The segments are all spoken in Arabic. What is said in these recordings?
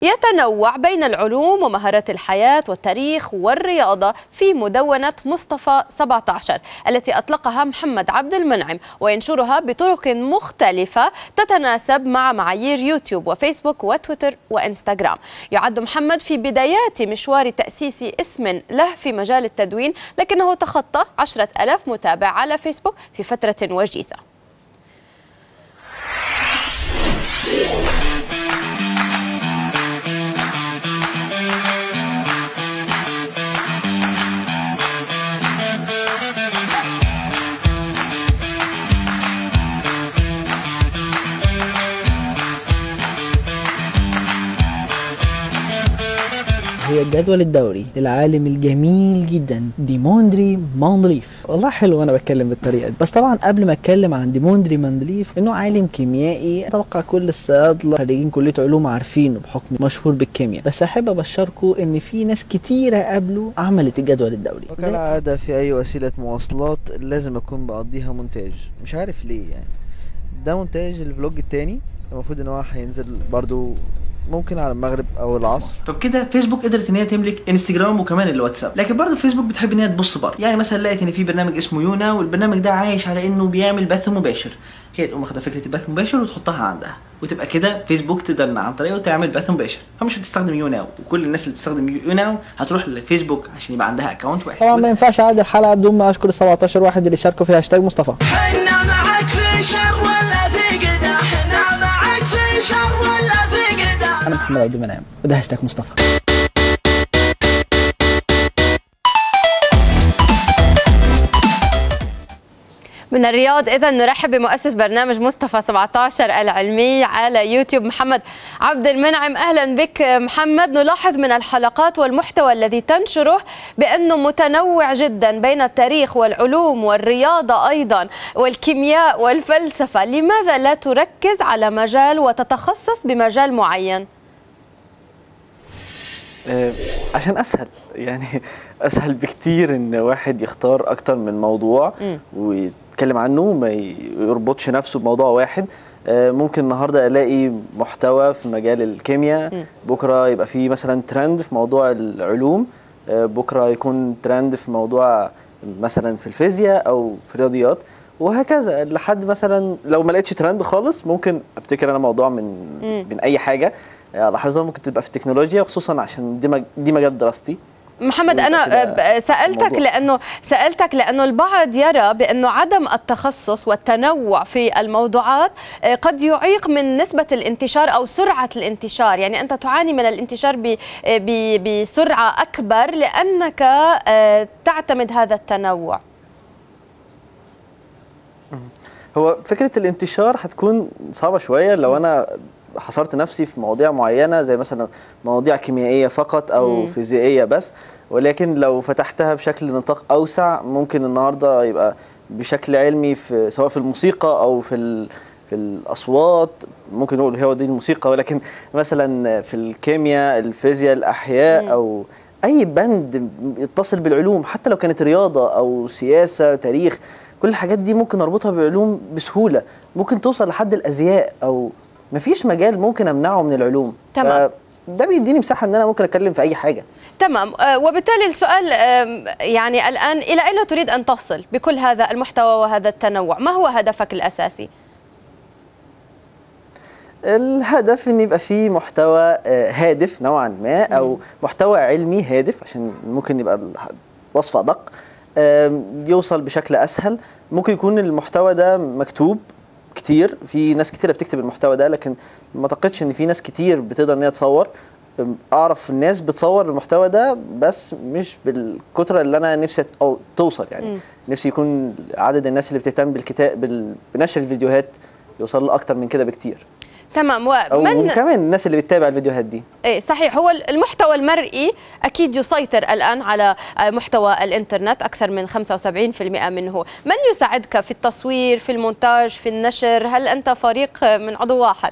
يتنوع بين العلوم ومهارات الحياة والتاريخ والرياضة في مدونة مصطفى 17 التي أطلقها محمد عبد المنعم، وينشرها بطرق مختلفة تتناسب مع معايير يوتيوب وفيسبوك وتويتر وإنستغرام. يعد محمد في بدايات مشوار تأسيس اسم له في مجال التدوين، لكنه تخطى 10,000 متابع على فيسبوك في فترة وجيزة. هي الجدول الدوري للعالم الجميل جدا ديموندري ماندليف. والله حلو وانا بتكلم بالطريقه دي، بس طبعا قبل ما اتكلم عن ديموندري ماندليف انه عالم كيميائي اتوقع كل الصيادله خريجين كليه علوم عارفينه بحكم مشهور بالكيمياء، بس احب ابشركم ان في ناس كتيره قبله عملت الجدول الدوري. وكالعاده في اي وسيله مواصلات لازم اكون بقضيها مونتاج، مش عارف ليه يعني. ده مونتاج الفلوج التاني، المفروض ان هو هينزل برضو ممكن على المغرب او العصر. طب كده فيسبوك قدرت ان هي تملك انستجرام وكمان الواتساب، لكن برضه فيسبوك بتحب ان هي تبص بره. يعني مثلا لقيت ان في برنامج اسمه يونا، والبرنامج ده عايش على انه بيعمل بث مباشر. هي تقوم واخده فكره البث المباشر وتحطها عندها، وتبقى كده فيسبوك تقدر عن طريقه تعمل بث مباشر. فمش هتستخدم يونا، وكل الناس اللي بتستخدم يونا هتروح للفيسبوك عشان يبقى عندها اكونت واحد. طبعا ما ينفعش اعدي الحلقه بدون ما اشكر ال 17 واحد اللي شاركوا في هاشتاج مصطفى. احنا معاك في شر ولا في قدا، احنا معاك في شر ولا في قدا. انا محمد عبد المنعم وده هاشتاج مصطفى. من الرياض إذا نرحب بمؤسس برنامج مصطفى 17 العلمي على يوتيوب محمد عبد المنعم. أهلا بك محمد. نلاحظ من الحلقات والمحتوى الذي تنشره بأنه متنوع جدا بين التاريخ والعلوم والرياضة أيضا والكيمياء والفلسفة، لماذا لا تركز على مجال وتتخصص بمجال معين؟ عشان اسهل، يعني اسهل بكتير ان واحد يختار اكتر من موضوع ويتكلم عنه، ما يربطش نفسه بموضوع واحد. ممكن النهارده الاقي محتوى في مجال الكيمياء، بكره يبقى فيه مثلا ترند في موضوع العلوم، بكره يكون ترند في موضوع مثلا في الفيزياء او في الرياضيات، وهكذا لحد مثلا لو ما لقيتش ترند خالص ممكن ابتكر انا موضوع من اي حاجه لاحظها. ممكن تبقى في التكنولوجيا، خصوصا عشان دي مجال دراستي. محمد، أنا سألتك لأنه البعض يرى بأنه عدم التخصص والتنوع في الموضوعات قد يعيق من نسبة الانتشار أو سرعة الانتشار. يعني أنت تعاني من الانتشار بسرعة أكبر لأنك تعتمد هذا التنوع. هو فكرة الانتشار هتكون صعبة شوية لو أنا حصرت نفسي في مواضيع معينة، زي مثلا مواضيع كيميائية فقط أو فيزيائية بس، ولكن لو فتحتها بشكل نطاق أوسع ممكن النهاردة يبقى بشكل علمي في سواء في الموسيقى أو في الأصوات. ممكن نقول هو دي الموسيقى، ولكن مثلا في الكيمياء، الفيزياء، الأحياء، أو أي بند يتصل بالعلوم، حتى لو كانت رياضة أو سياسة، تاريخ، كل الحاجات دي ممكن أربطها بعلوم بسهولة. ممكن توصل لحد الأزياء، أو مفيش مجال ممكن امنعه من العلوم. تمام. ده بيديني مساحه ان انا ممكن اتكلم في اي حاجه. تمام. وبالتالي السؤال يعني الان الى اين تريد ان تصل بكل هذا المحتوى وهذا التنوع؟ ما هو هدفك الاساسي؟ الهدف ان يبقى فيه محتوى هادف نوعا ما، او محتوى علمي هادف، عشان ممكن يبقى الوصف ادق، يوصل بشكل اسهل. ممكن يكون المحتوى ده مكتوب كتير، في ناس كتيرة بتكتب المحتوى ده، لكن ما اعتقدش ان في ناس كتير بتقدر ان هي تصور. اعرف الناس بتصور المحتوى ده بس مش بالكترة اللي انا نفسي او توصل. يعني نفسي يكون عدد الناس اللي بتهتم بنشر الفيديوهات يوصل له اكتر من كده بكتير. تمام. وكمان الناس اللي بتتابع الفيديوهات دي. ايه صحيح، هو المحتوى المرئي اكيد يسيطر الان على محتوى الانترنت اكثر من 75% منه. من يساعدك في التصوير، في المونتاج، في النشر؟ هل انت فريق من عضو واحد؟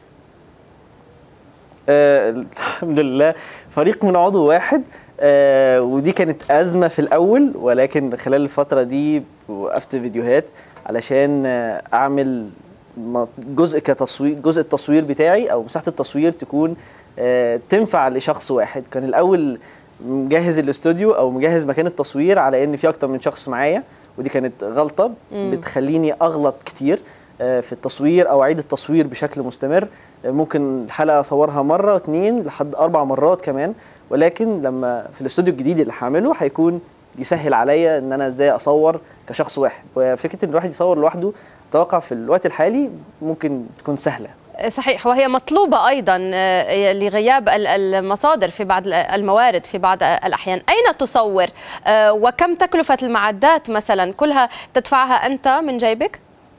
الحمد لله فريق من عضو واحد، ودي كانت أزمة في الأول، ولكن خلال الفترة دي وقفت فيديوهات علشان أعمل جزء كتصوير، جزء التصوير بتاعي أو مساحة التصوير تكون تنفع لشخص واحد. كان الاول مجهز الاستوديو او مجهز مكان التصوير على ان في اكتر من شخص معايا، ودي كانت غلطه بتخليني اغلط كتير في التصوير او اعيد التصوير بشكل مستمر. ممكن الحلقه اصورها مره واثنين لحد 4 مرات كمان، ولكن لما في الاستوديو الجديد اللي هعمله هيكون يسهل عليا ان انا ازاي اصور كشخص واحد. وفكره ان الواحد يصور لوحده اتوقع في الوقت الحالي ممكن تكون سهله. صحيح، وهي مطلوبة أيضا لغياب المصادر في بعض الموارد في بعض الأحيان. أين تصور وكم تكلفة المعدات مثلا؟ كلها تدفعها أنت من جيبك؟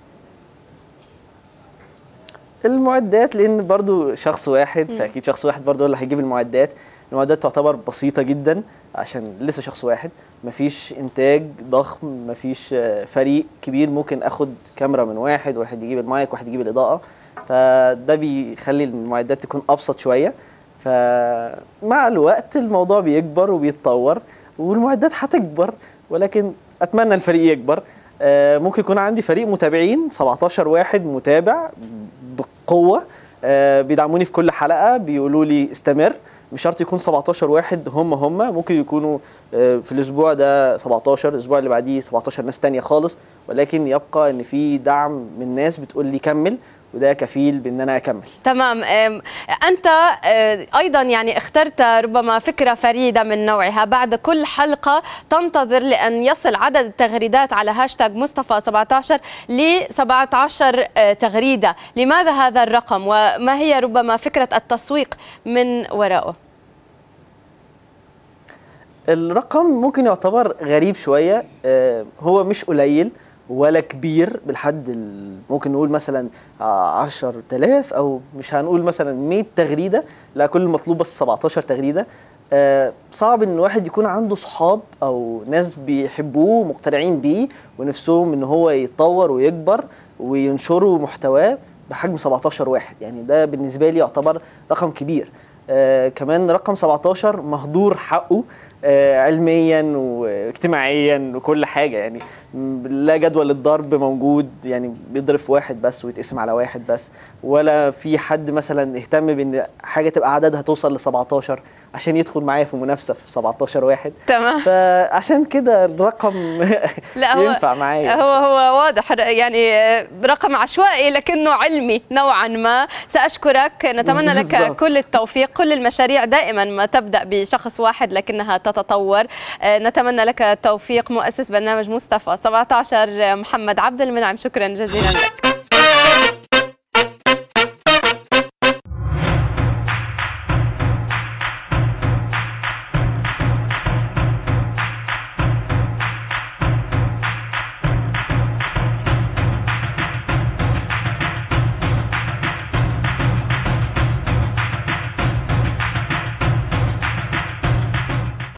المعدات لأن برضو شخص واحد، فأكيد شخص واحد برضو اللي هيجيب المعدات. المعدات تعتبر بسيطة جدا عشان لسه شخص واحد، مفيش إنتاج ضخم، مفيش فريق كبير ممكن أخد كاميرا من واحد يجيب المايك، واحد يجيب الإضاءة، فده بيخلي المعدات تكون أبسط شوية. فمع الوقت الموضوع بيكبر وبيتطور والمعدات هتكبر، ولكن أتمنى الفريق يكبر. ممكن يكون عندي فريق متابعين 17 واحد متابع بقوة، بيدعموني في كل حلقة، بيقولوا لي استمر. مش شرط يكون 17 واحد هم ممكن يكونوا في الأسبوع ده 17، الأسبوع اللي بعديه 17 ناس تانية خالص، ولكن يبقى إن في دعم من ناس بتقول لي كمل، وده كفيل بان انا اكمل. تمام. انت ايضا يعني اخترت ربما فكره فريده من نوعها. بعد كل حلقه تنتظر لان يصل عدد التغريدات على هاشتاج مصطفى 17 ل 17 تغريده. لماذا هذا الرقم وما هي ربما فكره التسويق من وراءه؟ الرقم ممكن يعتبر غريب شويه، هو مش قليل ولا كبير بالحد ممكن نقول مثلا 10,000 او مش هنقول مثلا 100 تغريده، لا كل المطلوب بس 17 تغريده. صعب ان واحد يكون عنده صحاب او ناس بيحبوه مقتنعين بيه ونفسهم ان هو يتطور ويكبر وينشروا محتواه بحجم 17 واحد. يعني ده بالنسبه لي يعتبر رقم كبير. كمان رقم 17 مهدور حقه علميا واجتماعيا وكل حاجه، يعني لا جدول الضرب موجود، يعني بيضرب في واحد بس ويتقسم على واحد بس، ولا في حد مثلا اهتم بان حاجه تبقى عددها توصل ل 17 عشان يدخل معايا في منافسه في 17 واحد. تمام. فعشان كده الرقم لا ينفع معايا. هو واضح يعني رقم عشوائي لكنه علمي نوعا ما. سأشكرك، نتمنى لك كل التوفيق. كل المشاريع دائما ما تبدأ بشخص واحد لكنها تتطور. نتمنى لك التوفيق. مؤسس برنامج مصطفى 17 محمد عبد المنعم، شكرا جزيلا لك.